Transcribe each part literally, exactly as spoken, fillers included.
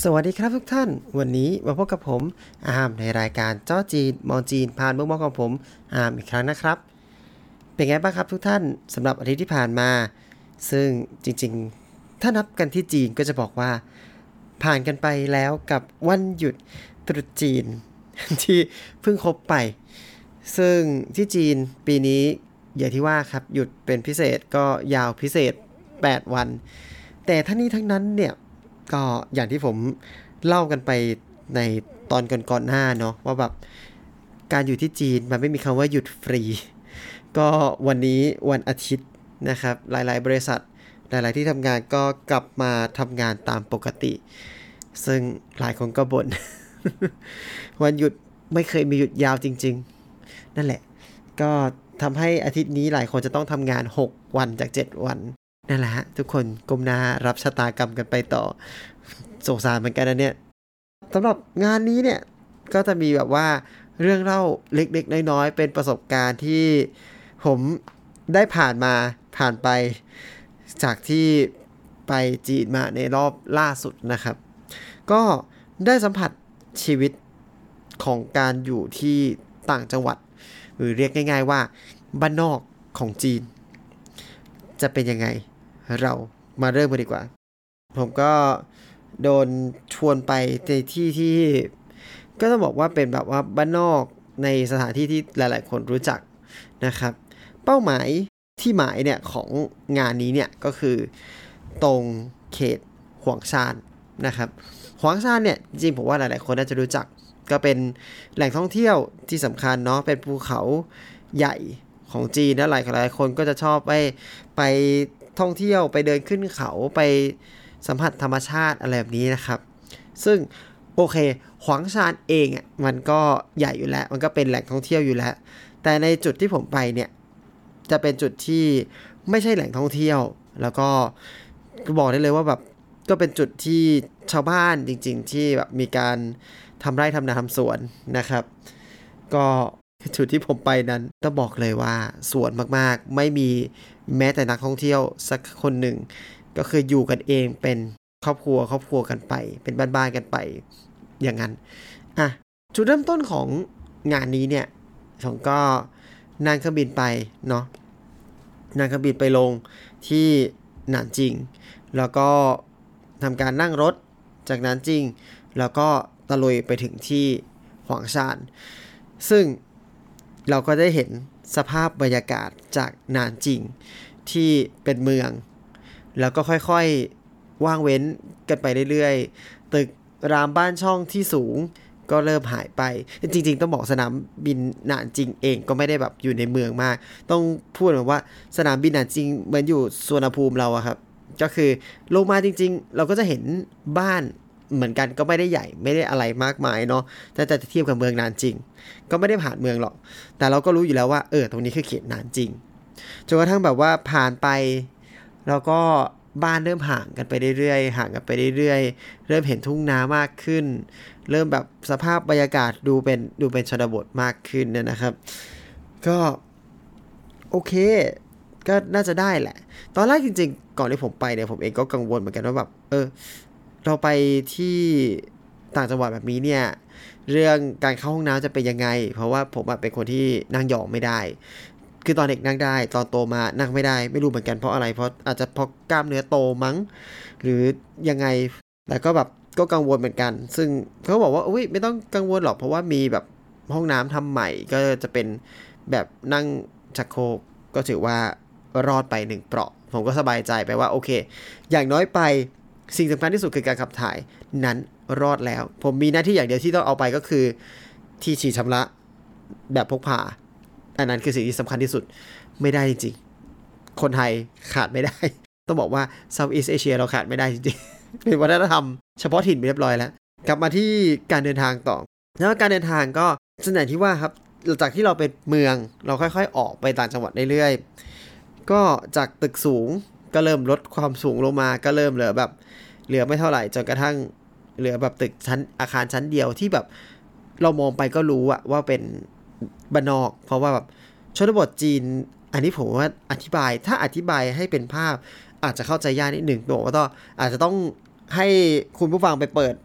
สวัสดีครับทุกท่านวันนี้มาพบกับผมอาร์มในรายการเจ้าจีนมองจีนผ่านมุมมองของผมอาร์มอีกครั้งนะครับเป็นไงบ้างครับทุกท่านสำหรับอาทิตย์ที่ผ่านมาซึ่งจริงๆถ้านับกันที่จีนก็จะบอกว่าผ่านกันไปแล้วกับวันหยุดตรุษจีนที่เพิ่งครบไปซึ่งที่จีนปีนี้อย่างที่ว่าครับหยุดเป็นพิเศษก็ยาวพิเศษแปดวันแต่ทั้งนี้ทั้งนั้นเนี่ยก็อย่างที่ผมเล่ากันไปในตอนก่อนๆหน้าเนาะว่าแบบการอยู่ที่จีนมันไม่มีคำว่าหยุดฟรีก็วันนี้วันอาทิตย์นะครับหลายๆบริษัทหลายๆที่ทำงานก็กลับมาทำงานตามปกติซึ่งหลายคนก็บ่น วันหยุดไม่เคยมีหยุดยาวจริงๆนั่นแหละก็ทำให้อาทิตย์นี้หลายคนจะต้องทำงานหกวันจากเจ็ดวันนั่นแหละฮะทุกคนก้มหน้ารับชะตากรรมกันไปต่อสงสารเหมือนกันนะเนี่ยสำหรับงานนี้เนี่ยก็จะมีแบบว่าเรื่องเล่าเล็กๆน้อยๆเป็นประสบการณ์ที่ผมได้ผ่านมาผ่านไปจากที่ไปจีนมาในรอบล่าสุดนะครับก็ได้สัมผัสชีวิตของการอยู่ที่ต่างจังหวัดหรือเรียกง่ายๆว่าบ้านนอกของจีนจะเป็นยังไงเรามาเริ่มกันดีกว่าผมก็โดนชวนไปในที่ที่ก็ต้องบอกว่าเป็นแบบว่าบ้านนอกในสถานที่ที่หลายๆคนรู้จักนะครับเป้าหมายที่หมายเนี่ยของงานนี้เนี่ยก็คือตรงเขตหวางซานนะครับหวางซานเนี่ยจริงๆผมว่าหลายๆคนน่าจะรู้จักก็เป็นแหล่งท่องเที่ยวที่สำคัญเนาะเป็นภูเขาใหญ่ของจีนนะหลายหลายคนก็จะชอบไปไปท่องเที่ยวไปเดินขึ้นเขาไปสัมผัสธรรมชาติอะไรแบบนี้นะครับซึ่งโอเคหวางซานเองอ่ะมันก็ใหญ่อยู่แล้วมันก็เป็นแหล่งท่องเที่ยวอยู่แล้วแต่ในจุดที่ผมไปเนี่ยจะเป็นจุดที่ไม่ใช่แหล่งท่องเที่ยวแล้วก็บอกได้เลยว่าแบบก็เป็นจุดที่ชาวบ้านจริงๆที่แบบมีการทำไร่ทำนาทำสวนนะครับก็จุดที่ผมไปนั้นต้องบอกเลยว่าสวนมากๆไม่มีแม้แต่นักท่องเที่ยวสักคนหนึ่งก็คืออยู่กันเองเป็นครอบครัวครอบครัวกันไปเป็นบ้านๆกันไปอย่างนั้นอ่ะจุดเริ่มต้นของงานนี้เนี่ยผมก็นั่งเครื่องบินไปเนาะนั่งเครื่องบินไปลงที่หนานจิงแล้วก็ทำการนั่งรถจากหนานจิงแล้วก็ตะลุยไปถึงที่หวางซานซึ่งเราก็ได้เห็นสภาพบรรยากาศจากหนานจิงที่เป็นเมืองแล้วก็ค่อยๆว่างเว้นกันไปเรื่อยๆตึกรามบ้านช่องที่สูงก็เริ่มหายไปจริงๆต้องบอกสนามบินหนานจิงเองก็ไม่ได้แบบอยู่ในเมืองมากต้องพูดแบบว่าสนามบินหนานจิงเหมือนอยู่สุวรรณภูมิเราอะครับก็คือลงมาจริงๆเราก็จะเห็นบ้านเหมือนกันก็ไม่ได้ใหญ่ไม่ได้อะไรมากมายเนาะแต่จะเทียบกับเมืองหนานจิงก็ไม่ได้ผ่านเมืองหรอกแต่เราก็รู้อยู่แล้วว่าเออตรงนี้คือเขตหนานจิงจนกระทั่งแบบว่าผ่านไปแล้วก็บ้านเริ่มห่างกันไปเรื่อยๆห่างกันไปเรื่อยๆเริ่มเห็นทุ่งนามากขึ้นเริ่มแบบสภาพบรรยากาศดูเป็นดูเป็นชนบทมากขึ้นเนี่ยนะครับก็โอเคก็น่าจะได้แหละตอนแรกจริงๆก่อนที่ผมไปเนี่ยผมเองก็กังวลเหมือนกันว่าแบบเออเราไปที่ต่างจังหวัดแบบนี้เนี่ยเรื่องการเข้าห้องน้ำจะเป็นยังไงเพราะว่าผมเป็นคนที่นั่งยองไม่ได้คือตอนเด็กนั่งได้ตอนโตมานั่งไม่ได้ไม่รู้เหมือนกันเพราะอะไรเพราะอาจจะเพราะกล้ามเนื้อโตมั้งหรือยังไงแต่ก็แบบก็กังวลเหมือนกันซึ่งเขาบอกว่าอุ้ยไม่ต้องกังวลหรอกเพราะว่ามีแบบห้องน้ำทำใหม่ก็จะเป็นแบบนั่งชักโครกก็ถือว่ารอดไปหนึ่งเปราะผมก็สบายใจไปว่าโอเคอย่างน้อยไปสิ่งสำคัญที่สุดคือการขับถ่ายนั้นรอดแล้วผมมีหน้าที่อย่างเดียวที่ต้องเอาไปก็คือที่ฉีดชำระแบบพกพาอันนั้นคือสิ่งที่สำคัญที่สุดไม่ได้จริงๆคนไทยขาดไม่ได้ต้องบอกว่า Southeast Asia เราขาดไม่ได้จริงๆเป็นวัฒนธรรมเฉพาะถิ่นไปเรียบร้อยแล้วกลับมาที่การเดินทางต่อแล้วการเดินทางก็ส่วนใหญ่ที่ว่าครับหลังจากที่เราเป็นเมืองเราค่อยๆออกไปต่างจังหวัดเรื่อยๆก็จากตึกสูงก็เริ่มลดความสูงลงมาก็เริ่มเหลือแบบเหลือไม่เท่าไหร่จนกระทั่งเหลือแบบตึกชั้นอาคารชั้นเดียวที่แบบเรามองไปก็รู้อะว่าเป็นบ้านนอกเพราะว่าแบบชนบทจีนอันนี้ผมว่าอธิบายถ้าอธิบายให้เป็นภาพอาจจะเข้าใจยากนิดหนึ่งบอกว่าต้องอาจจะต้องให้คุณผู้ฟังไปเปิด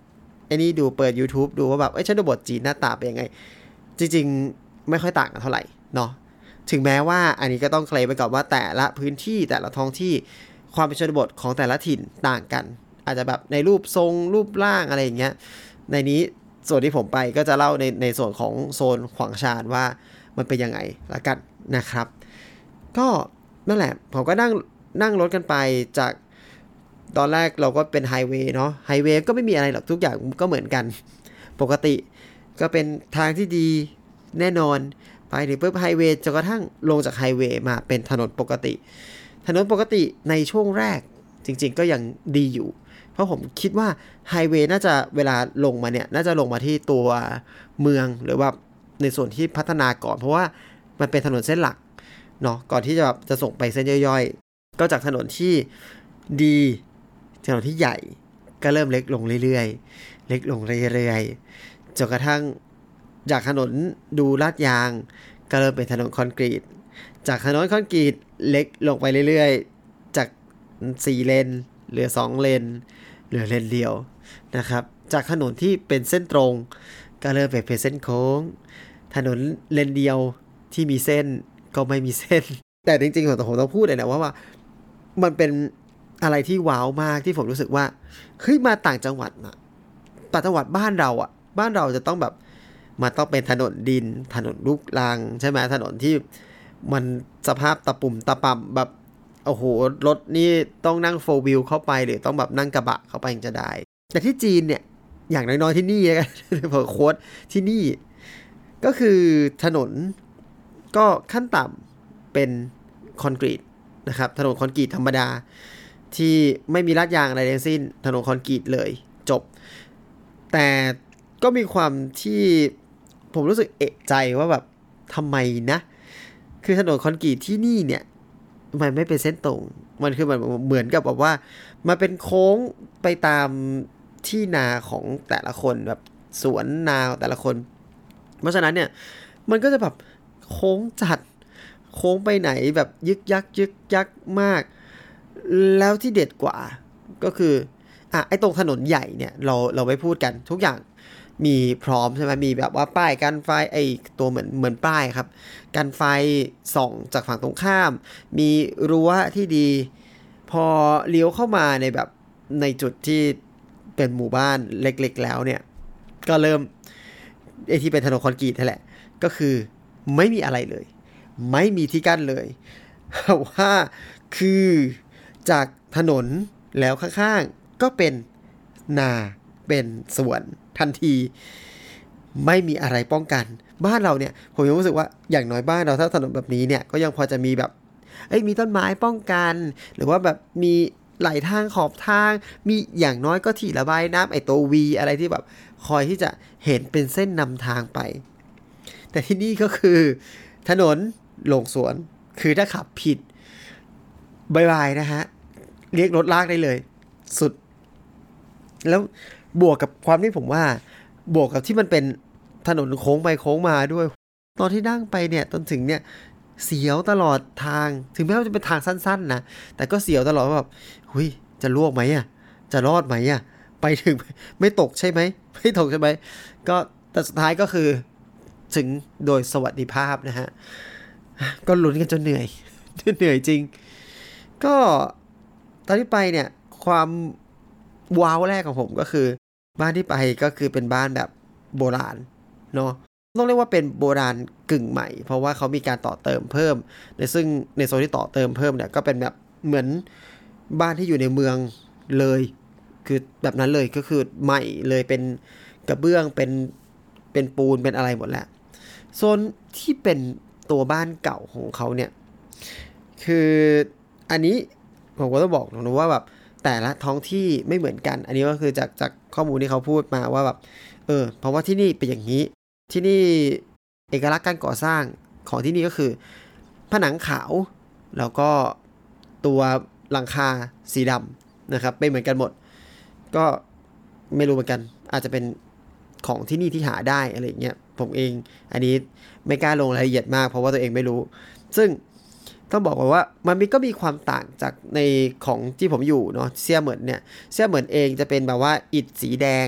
ไอ้นี่ดูเปิด YouTube ดูว่าแบบเอ้ยชนบทจีนหน้าตาเป็นยังไงจริงๆไม่ค่อยต่างกันเท่าไหร่เนาะถึงแม้ว่าอันนี้ก็ต้องเคลมไปก่อนว่าแต่ละพื้นที่แต่ละท้องที่ความเป็นชนบทของแต่ละถิ่นต่างกันอาจจะแบบในรูปทรงรูปร่างอะไรอย่างเงี้ยในนี้ส่วนที่ผมไปก็จะเล่าในในส่วนของโซนขวางชานว่ามันเป็นยังไงละกันนะครับก็นั่นแหละผมก็นั่งนั่งรถกันไปจากตอนแรกเราก็เป็นไฮเวย์เนาะไฮเวย์ก็ไม่มีอะไรหรอกทุกอย่างก็เหมือนกันปกติก็เป็นทางที่ดีแน่นอนไปถึงปุ๊บไฮเวย์จนกระทั่งลงจากไฮเวย์มาเป็นถนนปกติถนนปกติในช่วงแรกจริงๆก็ยังดีอยู่เพราะผมคิดว่าไฮเวย์น่าจะเวลาลงมาเนี่ยน่าจะลงมาที่ตัวเมืองหรือว่าในส่วนที่พัฒนาก่อนเพราะว่ามันเป็นถนนเส้นหลักเนาะก่อนที่จะแบบจะส่งไปเส้นย่อยๆก็จากถนนที่ดีถนนที่ใหญ่ก็เริ่มเล็กลงเรื่อยๆเล็กลงเรื่อยๆจนกระทั่งจากถนนดูลาดยางก็เริ่มเป็นถนนคอนกรีตจากถนนคอนกรีตเล็กลงไปเรื่อยๆจากสี่เลนเหลือสองเลนเหลือเลนเดียวนะครับจากถนนที่เป็นเส้นตรงก็เริ่มเป็นเส้นโค้งถนนเลนเดียวที่มีเส้นก็ไม่มีเส้นแต่จริงๆผมต้องพูดเลยนะว่าว่ามันเป็นอะไรที่ว้าวมากที่ผมรู้สึกว่าเฮ้ยมาต่างจังหวัดนะต่างจังหวัดบ้านเราอ่ะบ้านเราจะต้องแบบมันต้องเป็นถนนดินถนนลูกรังใช่ไหมถนนที่มันสภาพตะปุ่มตะป่ำแบบโอ้โหรถนี่ต้องนั่งโฟร์วิวเข้าไปหรือต้องแบบนั่งกระบะเข้าไปถึงจะได้แต่ที่จีนเนี่ยอย่างน้อยๆที่นี่นะผมโค้ดที่นี่ก็คือถนนก็ขั้นต่ำเป็นคอนกรีตนะครับถนนคอนกรีตธรรมดาที่ไม่มีลาดยางอะไรทั้งสิ้นถนนคอนกรีตเลยจบแต่ก็มีความที่ผมรู้สึกเอะใจว่าแบบทำไมนะคือถนนคอนกรีตที่นี่เนี่ยมันไม่เป็นเส้นตรงมันคือมันเหมือนกับแบบว่ามันเป็นโค้งไปตามที่นาของแต่ละคนแบบสวนนาของแต่ละคนเพราะฉะนั้นเนี่ยมันก็จะแบบโค้งจัดโค้งไปไหนแบบยึกยักยึกยักมากแล้วที่เด็ดกว่าก็คืออ่ะไอ้ตรงถนนใหญ่เนี่ยเราเราไม่พูดกันทุกอย่างมีพร้อมใช่ไหมมีแบบว่าป้ายกันไฟไอ้ตัวเหมือนเหมือนป้ายครับกันไฟส่องจากฝั่งตรงข้ามมีรั้วที่ดีพอเลี้ยวเข้ามาในแบบในจุดที่เป็นหมู่บ้านเล็กๆแล้วเนี่ยก็เริ่มไอ้ที่เป็นถนนคอนกรีตนั่นแหละก็คือไม่มีอะไรเลยไม่มีที่กั้นเลยว่าคือจากถนนแล้วข้างๆก็เป็นนาเป็นสวนทันทีไม่มีอะไรป้องกันบ้านเราเนี่ยผมยังรู้สึกว่าอย่างน้อยบ้านเราถ้าถนนแบบนี้เนี่ยก็ยังพอจะมีแบบเอ้ยมีต้นไม้ป้องกันหรือว่าแบบมีไหลทางขอบทางมีอย่างน้อยก็ที่ระบายน้ำไอ้ตัววีอะไรที่แบบคอยที่จะเห็นเป็นเส้นนำทางไปแต่ที่นี่ก็คือถนนลงสวนคือถ้าขับผิดบายบายนะฮะเรียกรถลากได้เลยสุดแล้วบวกกับความที่ผมว่าบวกกับที่มันเป็นถนนโค้งไปโค้งมาด้วยตอนที่นั่งไปเนี่ยจนถึงเนี่ยเสียวตลอดทางถึงแม้ว่าจะเป็นทางสั้นๆนะแต่ก็เสียวตลอดว่าแบบหุยจะล่วงไหมอ่ะจะรอดไหมอ่ะไปถึงไม่ตกใช่ไหมไม่ตกใช่ไหมก็แต่สุดท้ายก็คือถึงโดยสวัสดิภาพนะฮะก็ลุ้นกันจนเหนื่อยเหนื่อยจริงก็ตอนที่ไปเนี่ยความว้าวแรกของผมก็คือบ้านที่ไปก็คือเป็นบ้านแบบโบราณเนาะต้องเรียกว่าเป็นโบราณกึ่งใหม่เพราะว่าเขามีการต่อเติมเพิ่มในซึ่งในโซนที่ต่อเติมเพิ่มเนี่ยก็เป็นแบบเหมือนบ้านที่อยู่ในเมืองเลยคือแบบนั้นเลยก็คือใหม่เลยเป็นกระเบื้องเป็นเป็นปูนเป็นอะไรหมดแล้วโซนที่เป็นตัวบ้านเก่าของเขาเนี่ยคืออันนี้ผมก็ต้องบอกนะว่าแบบแต่ละท้องที่ไม่เหมือนกันอันนี้ก็คือจากจากข้อมูลที่เขาพูดมาว่าแบบเออเพราะว่าที่นี่เป็นอย่างนี้ที่นี่เอกลักษณ์การก่อสร้างของที่นี่ก็คือผนังขาวแล้วก็ตัวหลังคาสีดำนะครับไม่เหมือนกันหมดก็ไม่รู้เหมือนกันอาจจะเป็นของที่นี่ที่หาได้อะไรอย่างเงี้ยผมเองอันนี้ไม่กล้าลงรายละเอียดมากเพราะว่าตัวเองไม่รู้ซึ่งต้องบอกว่ามันมีก็มีความต่างจากในของที่ผมอยู่เนาะเซี่ยเหมินเนี่ยเซี่ยเหมินเองจะเป็นแบบว่าอิฐสีแดง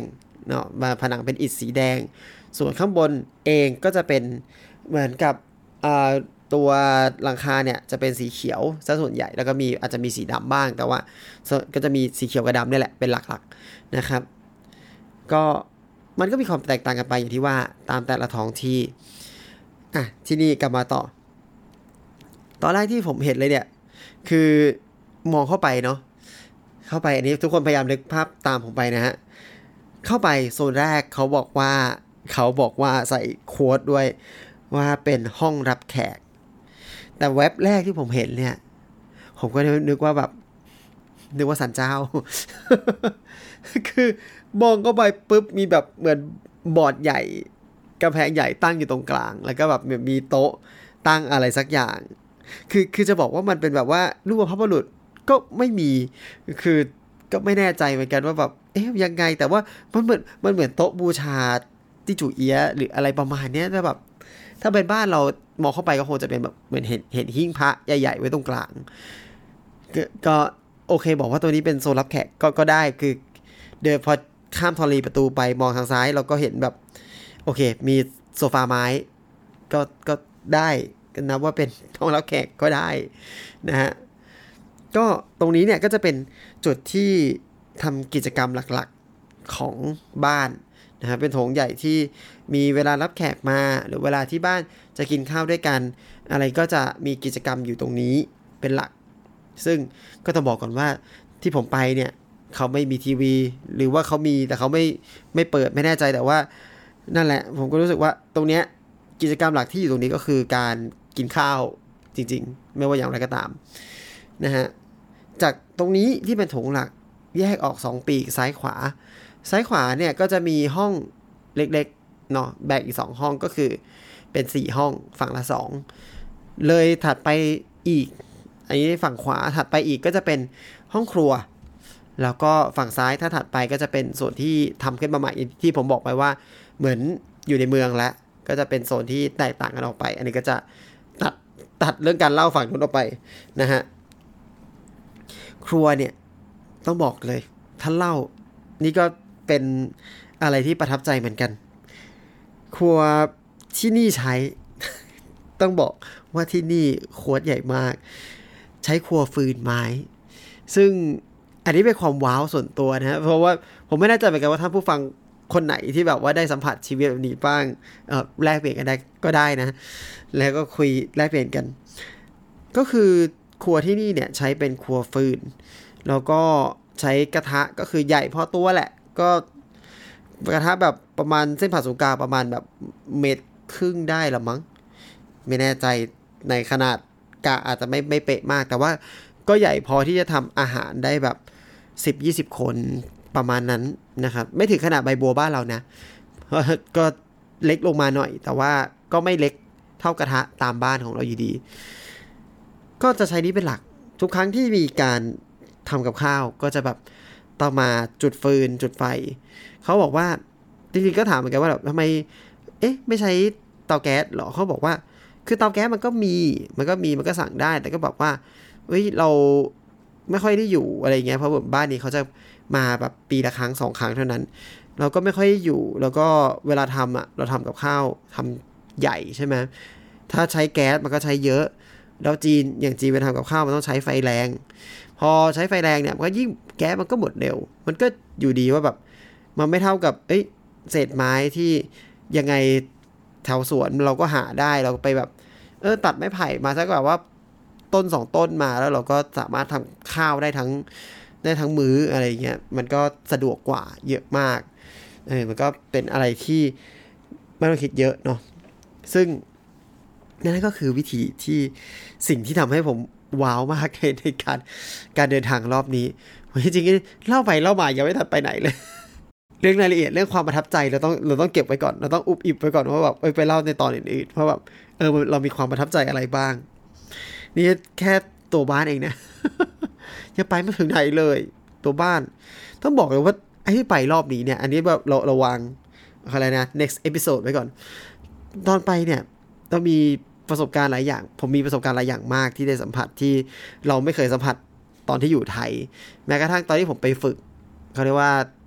เนาะมาผนังเป็นอิฐสีแดงส่วนข้างบนเองก็จะเป็นเหมือนกับตัวหลังคาเนี่ยจะเป็นสีเขียวซะส่วนใหญ่แล้วก็มีอาจจะมีสีดำบ้างแต่ว่าก็จะมีสีเขียวกับดำนี่แหละเป็นหลักๆนะครับก็มันก็มีความแตกต่างกันไปอย่างที่ว่าตามแต่ละท้องที่อ่ะที่นี่กลับมาต่อตอนแรกที่ผมเห็นเลยเนี่ยคือมองเข้าไปเนาะเข้าไปอันนี้ทุกคนพยายามนึกภาพตามผมไปนะฮะเข้าไปโซนแรกเขาบอกว่าเขาบอกว่าใส่โค้ดด้วยว่าเป็นห้องรับแขกแต่เว็บแรกที่ผมเห็นเนี่ยผมก็นึกว่าแบบนึกว่าศาลเจ้า คือมองเข้าไปปุ๊บมีแบบเหมือนบอร์ดใหญ่กำแพงใหญ่ตั้งอยู่ตรงกลางแล้วก็แบบมีโต๊ะตั้งอะไรสักอย่างคือคือจะบอกว่ามันเป็นแบบว่ารูปพระบุรุษก็ไม่มีคือก็ไม่แน่ใจเหมือนกันว่าแบบเอ๊ะยังไงแต่ว่ามันเหมือนมันเหมือนโต๊ะบูชาที่จู่เอี้ยหรืออะไรประมาณนี้แต่แบบถ้าเป็นบ้านเรามองเข้าไปก็คงจะเป็นแบบเหมือนเห็นเห็นหิ้งพระใหญ่ๆไว้ตรงกลางก็โอเคบอกว่าตัวนี้เป็นโซนรับแขกก็ก็ได้คือเดินพอข้ามทอรีประตูไปมองทางซ้ายเราก็เห็นแบบโอเคมีโซฟาไม้ก็ก็ได้ก็นับว่าเป็นห้องรับแขกก็ได้นะฮะก็ตรงนี้เนี่ยก็จะเป็นจุดที่ทำกิจกรรมหลักๆของบ้านนะฮะเป็นโถงใหญ่ที่มีเวลารับแขกมาหรือเวลาที่บ้านจะกินข้าวด้วยกันอะไรก็จะมีกิจกรรมอยู่ตรงนี้เป็นหลักซึ่งก็ต้องบอกก่อนว่าที่ผมไปเนี่ยเขาไม่มีทีวีหรือว่าเขามีแต่เขาไม่ไม่เปิดไม่แน่ใจแต่ว่านั่นแหละผมก็รู้สึกว่าตรงเนี้ยกิจกรรมหลักที่อยู่ตรงนี้ก็คือการกินข้าวจริงๆไม่ว่าอย่างไรก็ตามนะฮะจากตรงนี้ที่เป็นโถงหลักแยกออกสองปีกซ้ายขวาซ้ายขวาเนี่ยก็จะมีห้องเล็กๆเนาะแบ่งอีกสองห้องก็คือเป็นสี่ห้องฝั่งละสองเลยถัดไปอีกอันนี้ฝั่งขวาถัดไปอีกก็จะเป็นห้องครัวแล้วก็ฝั่งซ้ายถ้าถัดไปก็จะเป็นส่วนที่ทำขึ้นมาใหม่ที่ผมบอกไปว่าเหมือนอยู่ในเมืองแล้วก็จะเป็นโซนที่แตกต่างกันออกไปอันนี้ก็จะตัดตัดเรื่องการเล่าฝั่งนู้นออกไปนะฮะครัวเนี่ยต้องบอกเลยถ้าเล่านี่ก็เป็นอะไรที่ประทับใจเหมือนกันครัวที่นี่ใช้ ต้องบอกว่าที่นี่ครัวใหญ่มากใช้ครัวฟืนไม้ซึ่งอันนี้เป็นความว้าวส่วนตัวนะเพราะว่าผมไม่แน่ใจเหมือนกันว่าท่านผู้ฟังคนไหนที่แบบว่าได้สัมผัสชีวิตแบบนี้บ้างเอ่อแลกเปลี่ยนกันได้ก็ได้นะแล้วก็คุยแลกเปลี่ยนกันก็คือครัวที่นี่เนี่ยใช้เป็นครัวฟืนแล้วก็ใช้กระทะก็คือใหญ่พอตัวแหละก็กระทะแบบประมาณเส้นผ่าศูนย์กลางประมาณแบบเมตรครึ่งได้ละมั้งไม่แน่ใจในขนาดกะอาจจะไม่ไม่เป๊ะมากแต่ว่าก็ใหญ่พอที่จะทำอาหารได้แบบ สิบถึงยี่สิบ คนประมาณนั้นนะครับไม่ถึงขนาดใบบัวบ้านเรานะก็เล็กลงมาหน่อยแต่ว่าก็ไม่เล็กเท่ากระทะตามบ้านของเราอยู่ดีก็จะใช้นี้เป็นหลักทุกครั้งที่มีการทำกับข้าวก็จะแบบต้องมาจุดฟืนจุดไฟเขาบอกว่าจริงๆก็ถามเหมือนกันว่าแบบทำไมเอ๊ะไม่ใช้เตาแก๊สหรอเขาบอกว่าคือเตาแก๊สมันก็มีมันก็มีมันก็สั่งได้แต่ก็บอกว่าเฮ้ยเราไม่ค่อยได้อยู่อะไรเงี้ยเพราะแบบบ้านนี้เขาจะมาแบบปีละครั้งสองครั้งเท่านั้นเราก็ไม่ค่อยได้อยู่แล้วก็เวลาทำอ่ะเราทำกับข้าวทำใหญ่ใช่ไหมถ้าใช้แก๊สมันก็ใช้เยอะแล้วจีนอย่างจีนเวลาทำกับข้าวมันต้องใช้ไฟแรงพอใช้ไฟแรงเนี่ยมันก็ยิ่งแก๊สมันก็หมดเร็วมันก็อยู่ดีว่าแบบมันไม่เท่ากับเอ้ยเศษไม้ที่ยังไงแถวสวนเราก็หาได้เราไปแบบเออตัดไม้ไผ่มาสักแบบว่าต้นสองต้นมาแล้วเราก็สามารถทำข้าวได้ทั้งได้ทั้งมื้ออะไรเงี้ยมันก็สะดวกกว่าเยอะมากเออมันก็เป็นอะไรที่ไม่ต้องคิดเยอะเนาะซึ่งนั่นก็คือวิธีที่สิ่งที่ทำให้ผมว้าวมากในการการเดินทางรอบนี้จริงๆเล่าไปเล่ามายังไม่ทันไปไหนเลยเรื่องรายละเอียดเรื่องความประทับใจเราต้องเราต้องเก็บไว้ก่อนเราต้องอุบอิบไว้ก่อนว่าแบบไปเล่าในตอนอื่นๆเพราะแบบเออเรามีความประทับใจอะไรบ้างนี่แค่ตัวบ้านเองนะยังไปไม่ถึงไหนเลยตัวบ้านต้องบอกเลยว่าไอ้ที่ไปรอบนี้เนี่ยอันนี้แบบเราระวังอะไรนะ next episode ไว้ก่อนตอนไปเนี่ยต้องมีประสบการณ์หลายอย่างผมมีประสบการณ์หลายอย่างมากที่ได้สัมผัสที่เราไม่เคยสัมผัสตอนที่อยู่ไทยแม้กระทั่งตอนที่ผมไปฝึกเขาเรียกว่า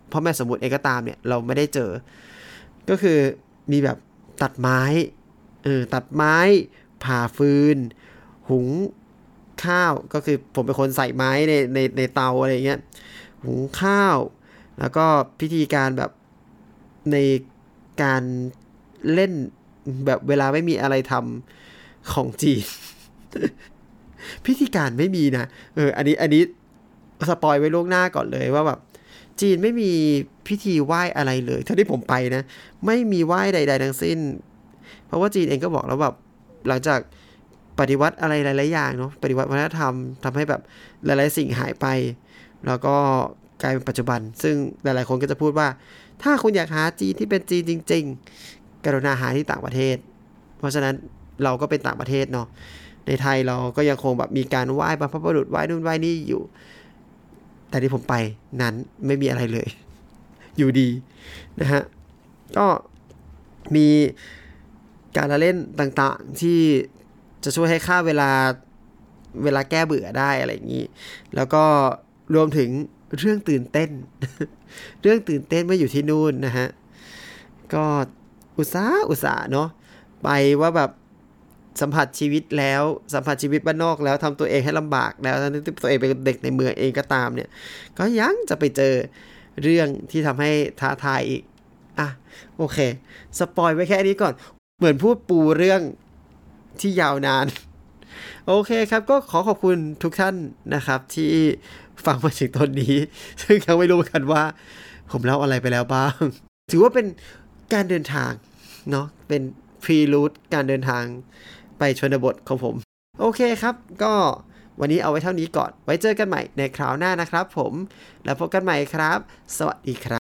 พ่อแม่สมมุติเองก็ตามเนี่ยเราไม่ได้เจอก็คือมีแบบตัดไม้เออตัดไม้ผ่าฟืนหุงข้าวก็คือผมเป็นคนใส่ไม้ในในในเตาอะไรเงี้ยหุงข้าวแล้วก็พิธีการแบบในการเล่นแบบเวลาไม่มีอะไรทำของจีน พิธีการไม่มีนะเอออันนี้อันนี้สปอยไว้ล่วงหน้าก่อนเลยว่าแบบจีนไม่มีพิธีไหว้อะไรเลยเท่าที่ผมไปนะไม่มีไหว้ใดๆทั้งสิ้นเพราะว่าจีนเองก็บอกแล้วแบบหลังจากปฏิวัติอะไรหลายๆอย่างเนาะปฏิวัติวัฒนธรรมทำให้แบบหลายๆสิ่งหายไปแล้วก็กลายเป็นปัจจุบันซึ่งหลายๆคนก็จะพูดว่าถ้าคุณอยากหาจีนที่เป็นจีนจริงๆกรุณาหาที่ต่างประเทศเพราะฉะนั้นเราก็เป็นต่างประเทศเนาะในไทยเราก็ยังคงแบบมีการไหว้บรรพบุรุษไหว้นู่นไหว้นี่อยู่แต่ที่ผมไปนั้นไม่มีอะไรเลยอยู่ดีนะฮะก็มีการละเล่นต่างๆที่จะช่วยให้ฆ่าเวลาเวลาแก้เบื่อได้อะไรอย่างนี้แล้วก็รวมถึงเรื่องตื่นเต้น เรื่องตื่นเต้นเมื่ออยู่ที่นู่นนะฮะก็อุตส่าห์อุตส่าห์เนาะไปว่าแบบสัมผัสชีวิตแล้วสัมผัสชีวิตบ้านนอกแล้วทำตัวเองให้ลำบากแล้วทั้งที่ตัวเองเป็นเด็กในเมืองเองก็ตามเนี่ยก็ยังจะไปเจอเรื่องที่ทำให้ท้าทายอีกอ่ะโอเคสปอยไว้แค่นี้ก่อนเหมือนพูดปูเรื่องที่ยาวนานโอเคครับก็ขอขอบคุณทุกท่านนะครับที่ฟังมาถึงตอนนี้ซึ่งยังไม่รู้เหมือนกันว่าผมเล่าอะไรไปแล้วบ้างถือว่าเป็นการเดินทางเนาะเป็นพรีรูทการเดินทางไปชนบทของผมโอเคครับก็วันนี้เอาไว้เท่านี้ก่อนไว้เจอกันใหม่ในคราวหน้านะครับผมแล้วพบกันใหม่ครับสวัสดีครับ